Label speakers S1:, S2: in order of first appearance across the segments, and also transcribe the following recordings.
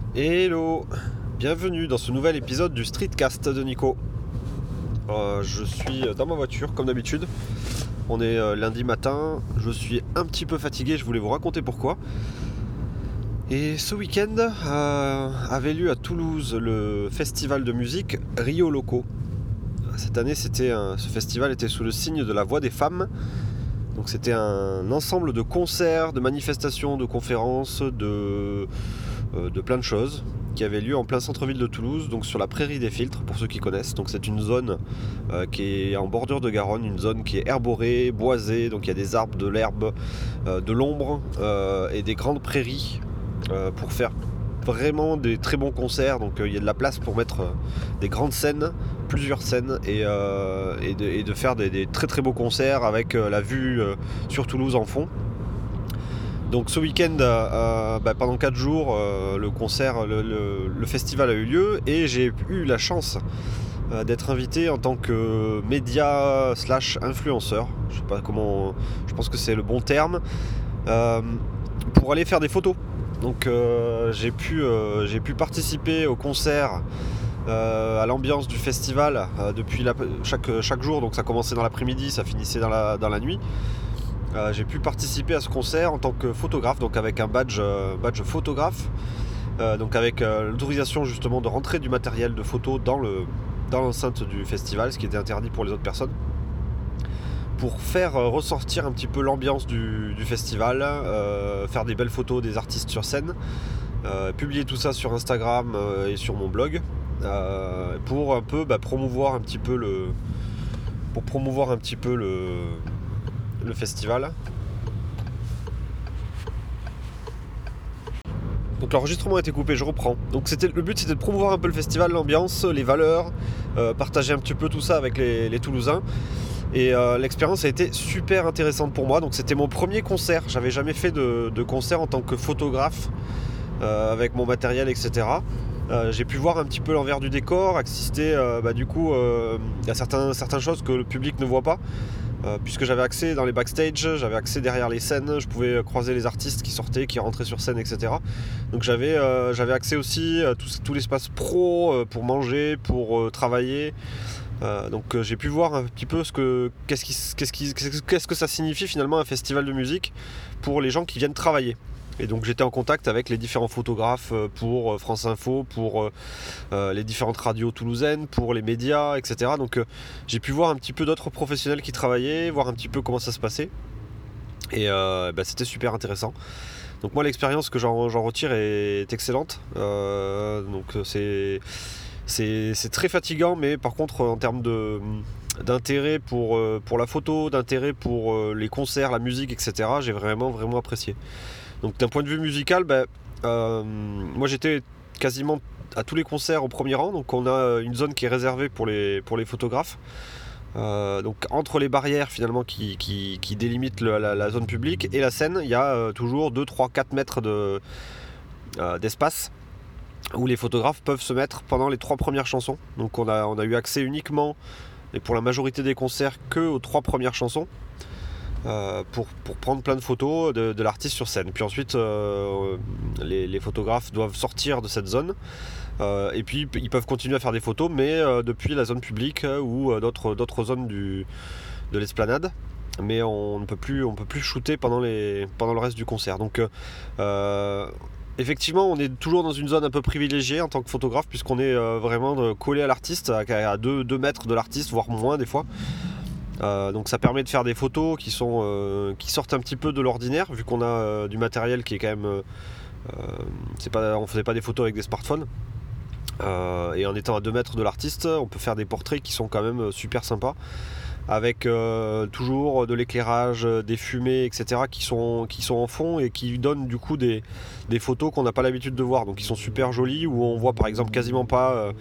S1: Hello, bienvenue dans ce nouvel épisode du Streetcast de Nico. Je suis dans ma voiture comme d'habitude. On est lundi matin, je suis un petit peu fatigué, je voulais vous raconter pourquoi. Et ce week-end avait lieu à Toulouse le festival de musique Rio Loco. Cette année, ce festival était sous le signe de la voix des femmes. Donc c'était un ensemble de concerts, de manifestations, de conférences, de plein de choses qui avait lieu en plein centre-ville de Toulouse, donc sur la prairie des Filtres, pour ceux qui connaissent. Donc c'est une zone qui est en bordure de Garonne, une zone qui est herborée, boisée, donc il y a des arbres, de l'herbe, de l'ombre et des grandes prairies pour faire vraiment des très bons concerts. Donc il y a de la place pour mettre des grandes scènes, plusieurs scènes et de faire des très très beaux concerts avec la vue sur Toulouse en fond. Donc ce week-end, pendant 4 jours, le festival a eu lieu et j'ai eu la chance d'être invité en tant que média / influenceur, je sais pas comment, je pense que c'est le bon terme, pour aller faire des photos. Donc j'ai pu participer au concert, à l'ambiance du festival depuis chaque jour. Donc ça commençait dans l'après-midi, ça finissait dans la nuit. J'ai pu participer à ce concert en tant que photographe, donc avec un badge photographe, donc avec l'autorisation justement de rentrer du matériel de photo dans l'enceinte du festival, ce qui était interdit pour les autres personnes, pour faire ressortir un petit peu l'ambiance du festival, faire des belles photos des artistes sur scène, publier tout ça sur Instagram et sur mon blog, pour un peu promouvoir un petit peu le festival. Donc l'enregistrement a été coupé, je reprends. Donc le but c'était de promouvoir un peu le festival, l'ambiance, les valeurs, partager un petit peu tout ça avec les Toulousains. Et l'expérience a été super intéressante pour moi. Donc c'était mon premier concert, j'avais jamais fait de concert en tant que photographe, avec mon matériel, etc. J'ai pu voir un petit peu l'envers du décor, assister à certaines choses que le public ne voit pas. Puisque j'avais accès dans les backstage, j'avais accès derrière les scènes, je pouvais croiser les artistes qui sortaient, qui rentraient sur scène, etc. Donc j'avais accès aussi à tout l'espace pro, pour manger, pour travailler. Donc j'ai pu voir un petit peu qu'est-ce que ça signifie finalement un festival de musique pour les gens qui viennent travailler. Et donc j'étais en contact avec les différents photographes pour France Info, pour les différentes radios toulousaines, pour les médias, etc. Donc j'ai pu voir un petit peu d'autres professionnels qui travaillaient, voir un petit peu comment ça se passait. Et c'était super intéressant. Donc moi l'expérience que j'en retire est excellente. Donc c'est très fatigant, mais par contre en termes d'intérêt pour la photo, d'intérêt pour les concerts, la musique, etc., j'ai vraiment vraiment apprécié. Donc d'un point de vue musical, moi j'étais quasiment à tous les concerts au premier rang. Donc on a une zone qui est réservée pour les photographes. Donc entre les barrières finalement qui délimitent la zone publique et la scène, il y a toujours 2, 3, 4 mètres d'espace où les photographes peuvent se mettre pendant les 3 premières chansons. Donc on a eu accès uniquement, et pour la majorité des concerts, que aux 3 premières chansons. Pour prendre plein de photos de l'artiste sur scène. Puis ensuite, les photographes doivent sortir de cette zone, et puis ils peuvent continuer à faire des photos, mais depuis la zone publique ou d'autres zones de l'esplanade. Mais on ne peut plus shooter pendant le reste du concert. Donc effectivement, on est toujours dans une zone un peu privilégiée en tant que photographe, puisqu'on est vraiment collé à l'artiste, à 2 mètres de l'artiste, voire moins des fois. Donc ça permet de faire des photos qui sortent un petit peu de l'ordinaire, vu qu'on a du matériel qui est quand même on faisait pas des photos avec des smartphones, et en étant à 2 mètres de l'artiste, on peut faire des portraits qui sont quand même super sympas, avec toujours de l'éclairage, des fumées, etc. qui sont en fond et qui donnent du coup des photos qu'on n'a pas l'habitude de voir. Donc ils sont super jolis, où on voit par exemple quasiment pas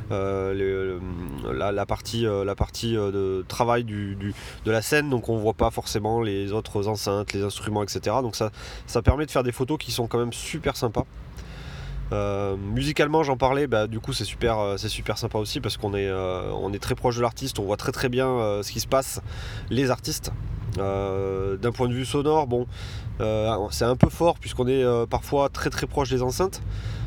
S1: la partie de travail de la scène, donc on voit pas forcément les autres enceintes, les instruments, etc. Donc ça permet de faire des photos qui sont quand même super sympas. Musicalement, j'en parlais, du coup c'est super sympa aussi, parce qu'on est très proche de l'artiste, on voit très très bien ce qui se passe, les artistes. D'un point de vue sonore, c'est un peu fort, puisqu'on est parfois très très proche des enceintes.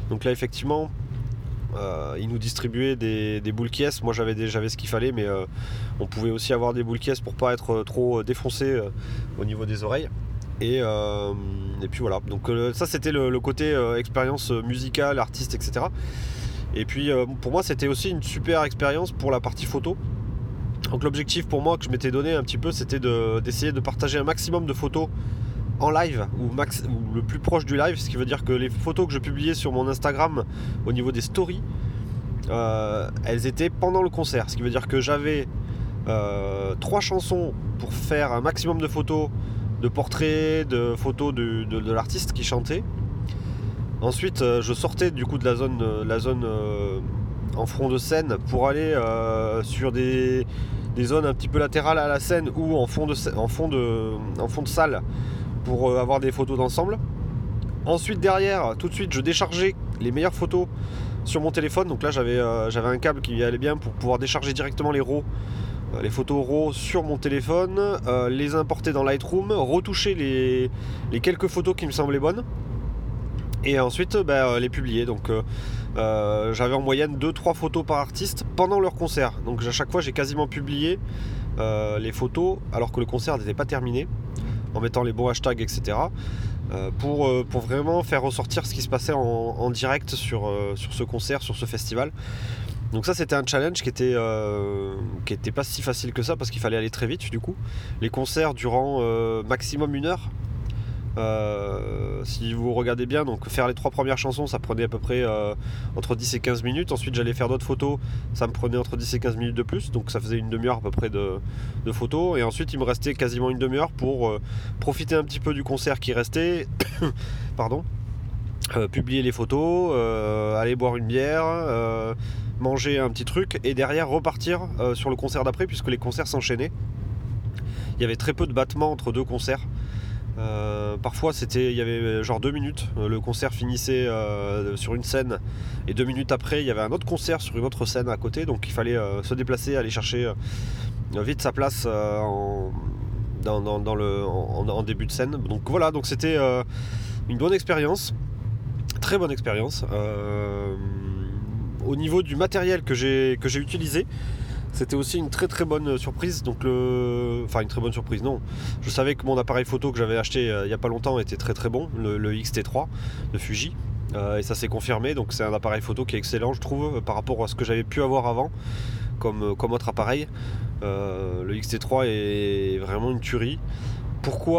S1: Donc là effectivement ils nous distribuaient des boules qui. Moi j'avais ce qu'il fallait, mais on pouvait aussi avoir des boules qui pour pas être trop défoncé au niveau des oreilles. Et puis voilà, donc ça c'était le côté expérience musicale, artiste, etc. Et puis pour moi c'était aussi une super expérience pour la partie photo. Donc l'objectif pour moi que je m'étais donné un petit peu, c'était d'essayer de partager un maximum de photos en live ou le plus proche du live, ce qui veut dire que les photos que je publiais sur mon Instagram au niveau des stories, elles étaient pendant le concert, ce qui veut dire que j'avais 3 chansons pour faire un maximum de photos, de portraits, de photos de l'artiste qui chantait. Ensuite je sortais du coup de la zone en front de scène pour aller sur des zones un petit peu latérales à la scène ou en fond de salle pour avoir des photos d'ensemble. Ensuite derrière, tout de suite je déchargeais les meilleures photos sur mon téléphone. Donc là j'avais un câble qui allait bien pour pouvoir décharger directement les RAW, les photos RAW sur mon téléphone, les importer dans Lightroom, retoucher les quelques photos qui me semblaient bonnes et ensuite les publier. Donc j'avais en moyenne 2-3 photos par artiste pendant leur concert. Donc à chaque fois j'ai quasiment publié les photos alors que le concert n'était pas terminé, en mettant les bons hashtags, etc. Pour vraiment faire ressortir ce qui se passait en direct sur ce concert, sur ce festival. Donc ça c'était un challenge qui était pas si facile que ça parce qu'il fallait aller très vite du coup. Les concerts durant maximum 1 heure. Si vous regardez bien, donc faire les 3 premières chansons ça prenait à peu près entre 10 et 15 minutes. Ensuite j'allais faire d'autres photos, ça me prenait entre 10 et 15 minutes de plus, donc ça faisait une demi-heure à peu près de photos. Et ensuite il me restait quasiment une demi-heure pour profiter un petit peu du concert qui restait pardon, publier les photos, aller boire une bière, manger un petit truc et derrière repartir sur le concert d'après, puisque les concerts s'enchaînaient. Il y avait très peu de battements entre 2 concerts. Parfois il y avait genre 2 minutes, le concert finissait sur une scène et 2 minutes après il y avait un autre concert sur une autre scène à côté, donc il fallait se déplacer, aller chercher vite sa place en début de scène. Donc voilà, donc c'était une bonne expérience, très bonne expérience. Au niveau du matériel que j'ai utilisé, c'était aussi une très très bonne surprise. Donc enfin une très bonne surprise, non. Je savais que mon appareil photo que j'avais acheté il n'y a pas longtemps était très très bon, le X-T3 de Fuji. Et ça s'est confirmé, donc c'est un appareil photo qui est excellent je trouve par rapport à ce que j'avais pu avoir avant comme autre appareil. Le X-T3 est vraiment une tuerie. Pourquoi ?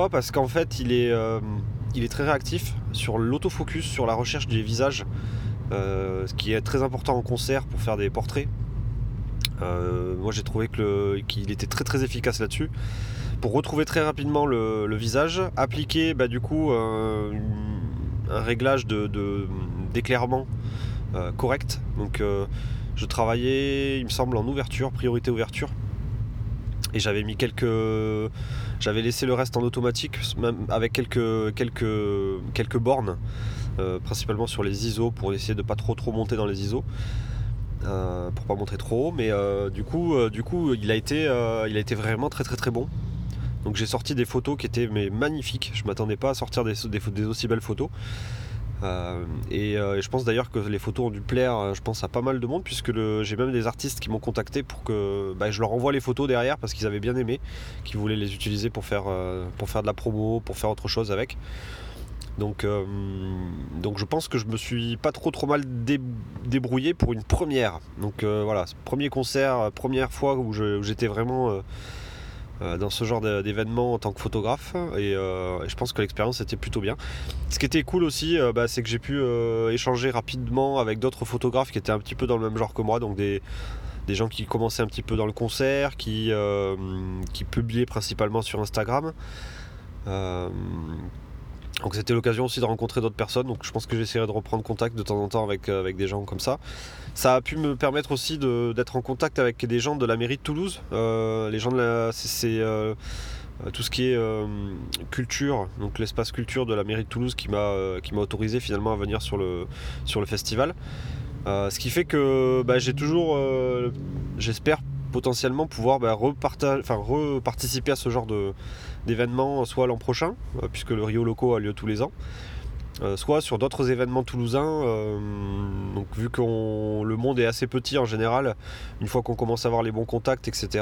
S1: Parce qu'en fait il est très réactif sur l'autofocus, sur la recherche des visages, ce qui est très important en concert pour faire des portraits. Moi j'ai trouvé qu'il était très très efficace là-dessus pour retrouver très rapidement le visage, appliquer du coup un réglage d'éclairement correct. Donc je travaillais il me semble en ouverture, priorité ouverture, et j'avais laissé le reste en automatique, même avec quelques bornes, principalement sur les ISO pour essayer de pas trop monter dans les ISO. Pour pas montrer trop haut, mais du coup il a été vraiment très très très bon. Donc j'ai sorti des photos qui étaient magnifiques. Je m'attendais pas à sortir des aussi belles photos, et je pense d'ailleurs que les photos ont dû plaire, je pense, à pas mal de monde, puisque j'ai même des artistes qui m'ont contacté pour que je leur envoie les photos derrière parce qu'ils avaient bien aimé, qu'ils voulaient les utiliser pour faire de la promo, pour faire autre chose avec. Donc je pense que je me suis pas trop mal débrouillé pour une première. Donc voilà, premier concert, première fois où j'étais vraiment dans ce genre d'événement en tant que photographe, et je pense que l'expérience était plutôt bien. Ce qui était cool aussi, c'est que j'ai pu échanger rapidement avec d'autres photographes qui étaient un petit peu dans le même genre que moi, donc des gens qui commençaient un petit peu dans le concert, qui publiaient principalement sur Instagram. Donc c'était l'occasion aussi de rencontrer d'autres personnes, donc je pense que j'essaierai de reprendre contact de temps en temps avec des gens comme ça. Ça a pu me permettre aussi d'être en contact avec des gens de la mairie de Toulouse, les gens c'est tout ce qui est culture, donc l'espace culture de la mairie de Toulouse qui m'a autorisé finalement à venir sur le festival. Ce qui fait que j'ai toujours, j'espère potentiellement pouvoir reparticiper à ce genre d'événement, soit l'an prochain, puisque le Rio Loco a lieu tous les ans, soit sur d'autres événements toulousains. Donc vu que le monde est assez petit en général, une fois qu'on commence à avoir les bons contacts, etc.,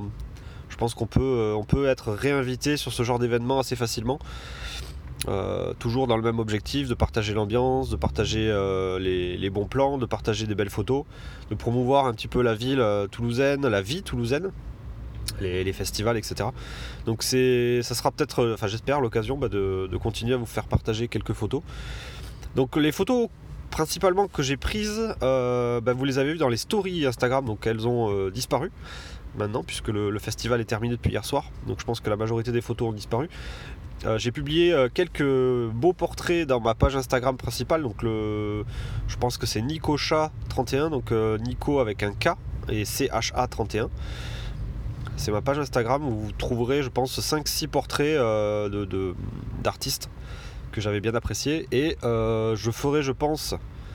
S1: je pense qu'on peut être réinvité sur ce genre d'événement assez facilement. Toujours dans le même objectif, de partager l'ambiance, de partager les bons plans, de partager des belles photos, de promouvoir un petit peu la ville toulousaine, la vie toulousaine, les festivals, etc. Donc ça sera peut-être, j'espère, l'occasion de continuer à vous faire partager quelques photos. Donc les photos principalement que j'ai prises, vous les avez vues dans les stories Instagram, donc elles ont disparu maintenant, puisque le festival est terminé depuis hier soir, donc je pense que la majorité des photos ont disparu. J'ai publié quelques beaux portraits dans ma page Instagram principale, donc je pense que c'est NicoChat31, donc Nico avec un K et CHA31. C'est ma page Instagram où vous trouverez, je pense, 5-6 portraits d'artistes que j'avais bien appréciés. Et je ferai, je pense,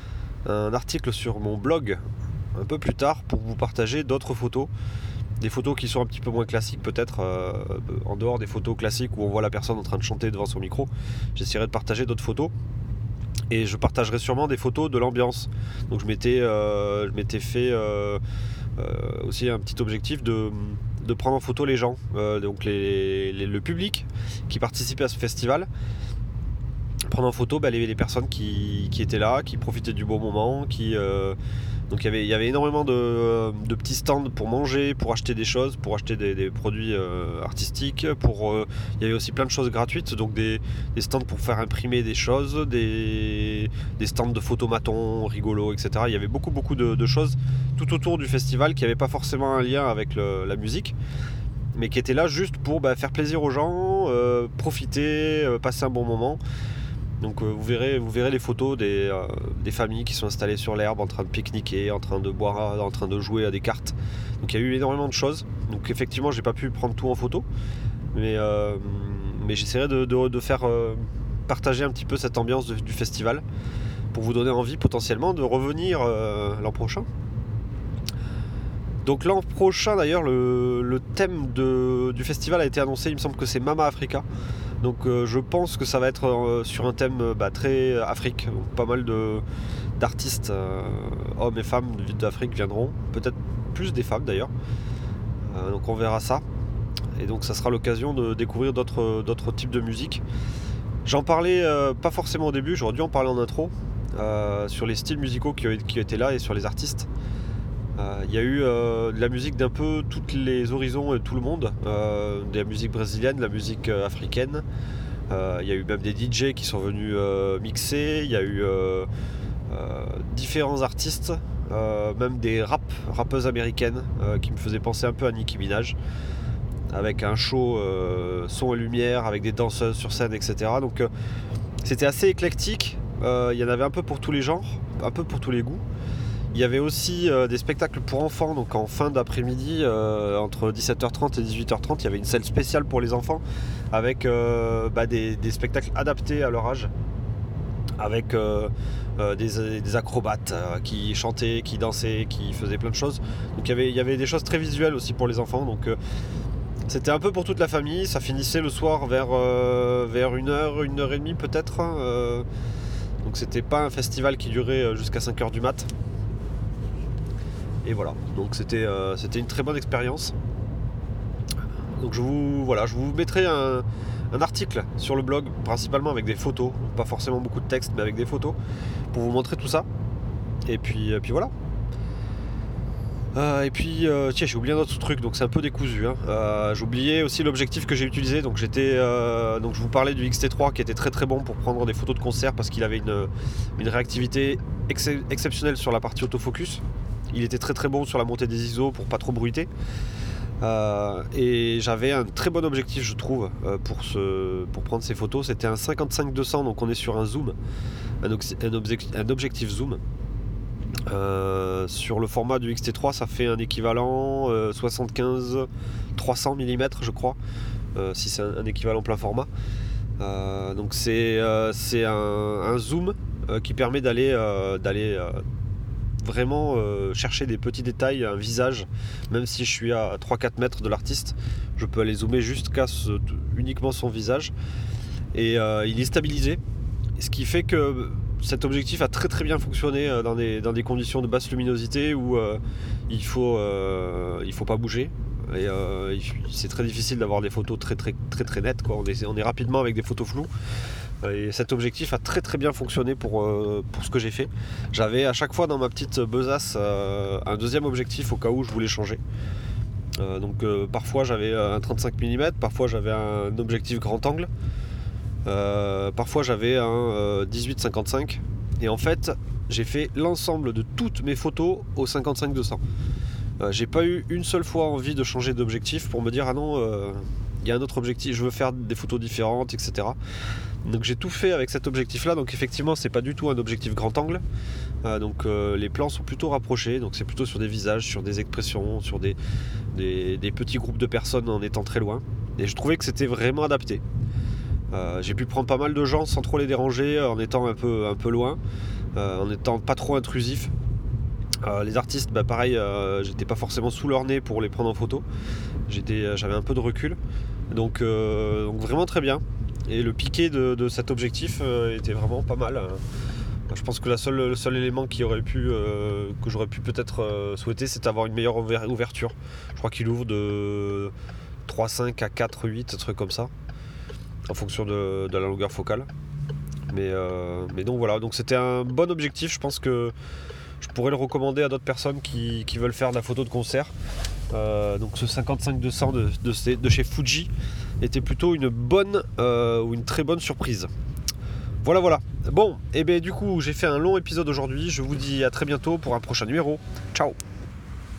S1: un article sur mon blog un peu plus tard pour vous partager d'autres photos. Des photos qui sont un petit peu moins classiques peut-être, en dehors des photos classiques où on voit la personne en train de chanter devant son micro. J'essaierai de partager d'autres photos. Et je partagerai sûrement des photos de l'ambiance. Donc je m'étais fait aussi un petit objectif de prendre en photo les gens, donc le public qui participait à ce festival. Prendre en photo les personnes qui étaient là, qui profitaient du beau moment, donc il y avait énormément de petits stands pour manger, pour acheter des choses, pour acheter des produits artistiques. Il y avait aussi plein de choses gratuites, donc des stands pour faire imprimer des choses, des stands de photomatons rigolos, etc. Il y avait beaucoup de choses tout autour du festival qui n'avaient pas forcément un lien avec la musique, mais qui étaient là juste pour faire plaisir aux gens, profiter, passer un bon moment. Donc vous verrez les photos des familles qui sont installées sur l'herbe en train de pique-niquer, en train de boire, en train de jouer à des cartes. Donc il y a eu énormément de choses. Donc effectivement j'ai pas pu prendre tout en photo, mais j'essaierai de faire partager un petit peu cette ambiance du festival pour vous donner envie potentiellement de revenir l'an prochain. Donc l'an prochain d'ailleurs le thème du festival a été annoncé, il me semble que c'est Mama Africa. Donc je pense que ça va être sur un thème très Afrique. Donc, pas mal d'artistes, hommes et femmes d'Afrique viendront. Peut-être plus des femmes d'ailleurs. Donc on verra ça. Et donc ça sera l'occasion de découvrir d'autres types de musique. J'en parlais pas forcément au début, j'aurais dû en parler en intro. Sur les styles musicaux qui étaient là et sur les artistes. Il y a eu de la musique d'un peu tous les horizons et tout le monde, de la musique brésilienne, de la musique africaine. Il y a eu même des DJ qui sont venus mixer. Il y a eu différents artistes, même des rappeuses américaines qui me faisaient penser un peu à Nicki Minaj, avec un show son et lumière, avec des danseuses sur scène, etc. Donc c'était assez éclectique. Il y en avait un peu pour tous les genres, un peu pour tous les goûts. Il y avait aussi des spectacles pour enfants, donc en fin d'après-midi, entre 17h30 et 18h30, il y avait une salle spéciale pour les enfants, avec des spectacles adaptés à leur âge, avec des acrobates qui chantaient, qui dansaient, qui faisaient plein de choses. Donc il y avait des choses très visuelles aussi pour les enfants, donc c'était un peu pour toute la famille. Ça finissait le soir vers 1h, 1h30 peut-être, donc c'était pas un festival qui durait jusqu'à 5h du mat'. Et voilà, donc c'était une très bonne expérience. Donc je vous mettrai un article sur le blog, principalement avec des photos, pas forcément beaucoup de texte, mais avec des photos, pour vous montrer tout ça. Et puis voilà. Tiens, j'ai oublié un autre truc, donc c'est un peu décousu. J'ai oublié aussi l'objectif que j'ai utilisé. Donc je vous parlais du X-T3 qui était très très bon pour prendre des photos de concert parce qu'il avait une réactivité exceptionnelle sur la partie autofocus. Il était très très bon sur la montée des ISO pour pas trop bruiter. Et j'avais un très bon objectif, je trouve, pour prendre ces photos. C'était un 55-200, donc on est sur un zoom, un objectif zoom. Sur le format du X-T3, ça fait un équivalent 75-300 mm, je crois, si c'est un équivalent plein format. Donc c'est un zoom qui permet d'aller vraiment chercher des petits détails, un visage. Même si je suis à 3-4 mètres de l'artiste, je peux aller zoomer jusqu'à uniquement son visage. Et il est stabilisé. ce qui fait que cet objectif a très très bien fonctionné dans des conditions de basse luminosité où il faut pas bouger. Et c'est très difficile d'avoir des photos très très très très nettes, quoi. On est rapidement avec des photos floues. Et cet objectif a très très bien fonctionné pour ce que j'ai fait. J'avais à chaque fois dans ma petite besace un deuxième objectif au cas où je voulais changer. Donc parfois j'avais un 35 mm, parfois j'avais un objectif grand angle, parfois j'avais un 18-55. Et en fait j'ai fait l'ensemble de toutes mes photos au 55-200. J'ai pas eu une seule fois envie de changer d'objectif pour me dire ah non, il y a un autre objectif, je veux faire des photos différentes, etc. Donc j'ai tout fait avec cet objectif là. Donc effectivement c'est pas du tout un objectif grand angle, donc les plans sont plutôt rapprochés, donc c'est plutôt sur des visages, sur des expressions, sur des petits groupes de personnes en étant très loin, et je trouvais que c'était vraiment adapté. J'ai pu prendre pas mal de gens sans trop les déranger, en étant un peu loin, en étant pas trop intrusif. Les artistes, pareil, j'étais pas forcément sous leur nez pour les prendre en photo. J'avais un peu de recul, donc vraiment très bien. Et le piqué de cet objectif était vraiment pas mal. Je pense que le seul élément que j'aurais pu peut-être souhaiter, c'est d'avoir une meilleure ouverture. Je crois qu'il ouvre de 3,5 à 4,8, un truc comme ça, en fonction de la longueur focale. Mais donc voilà, donc c'était un bon objectif. Je pense que je pourrais le recommander à d'autres personnes qui veulent faire de la photo de concert. Donc ce 55-200 de chez Fuji était plutôt une bonne ou une très bonne surprise. Voilà. Bon, et bien du coup j'ai fait un long épisode aujourd'hui. Je vous dis à très bientôt pour un prochain numéro. Ciao.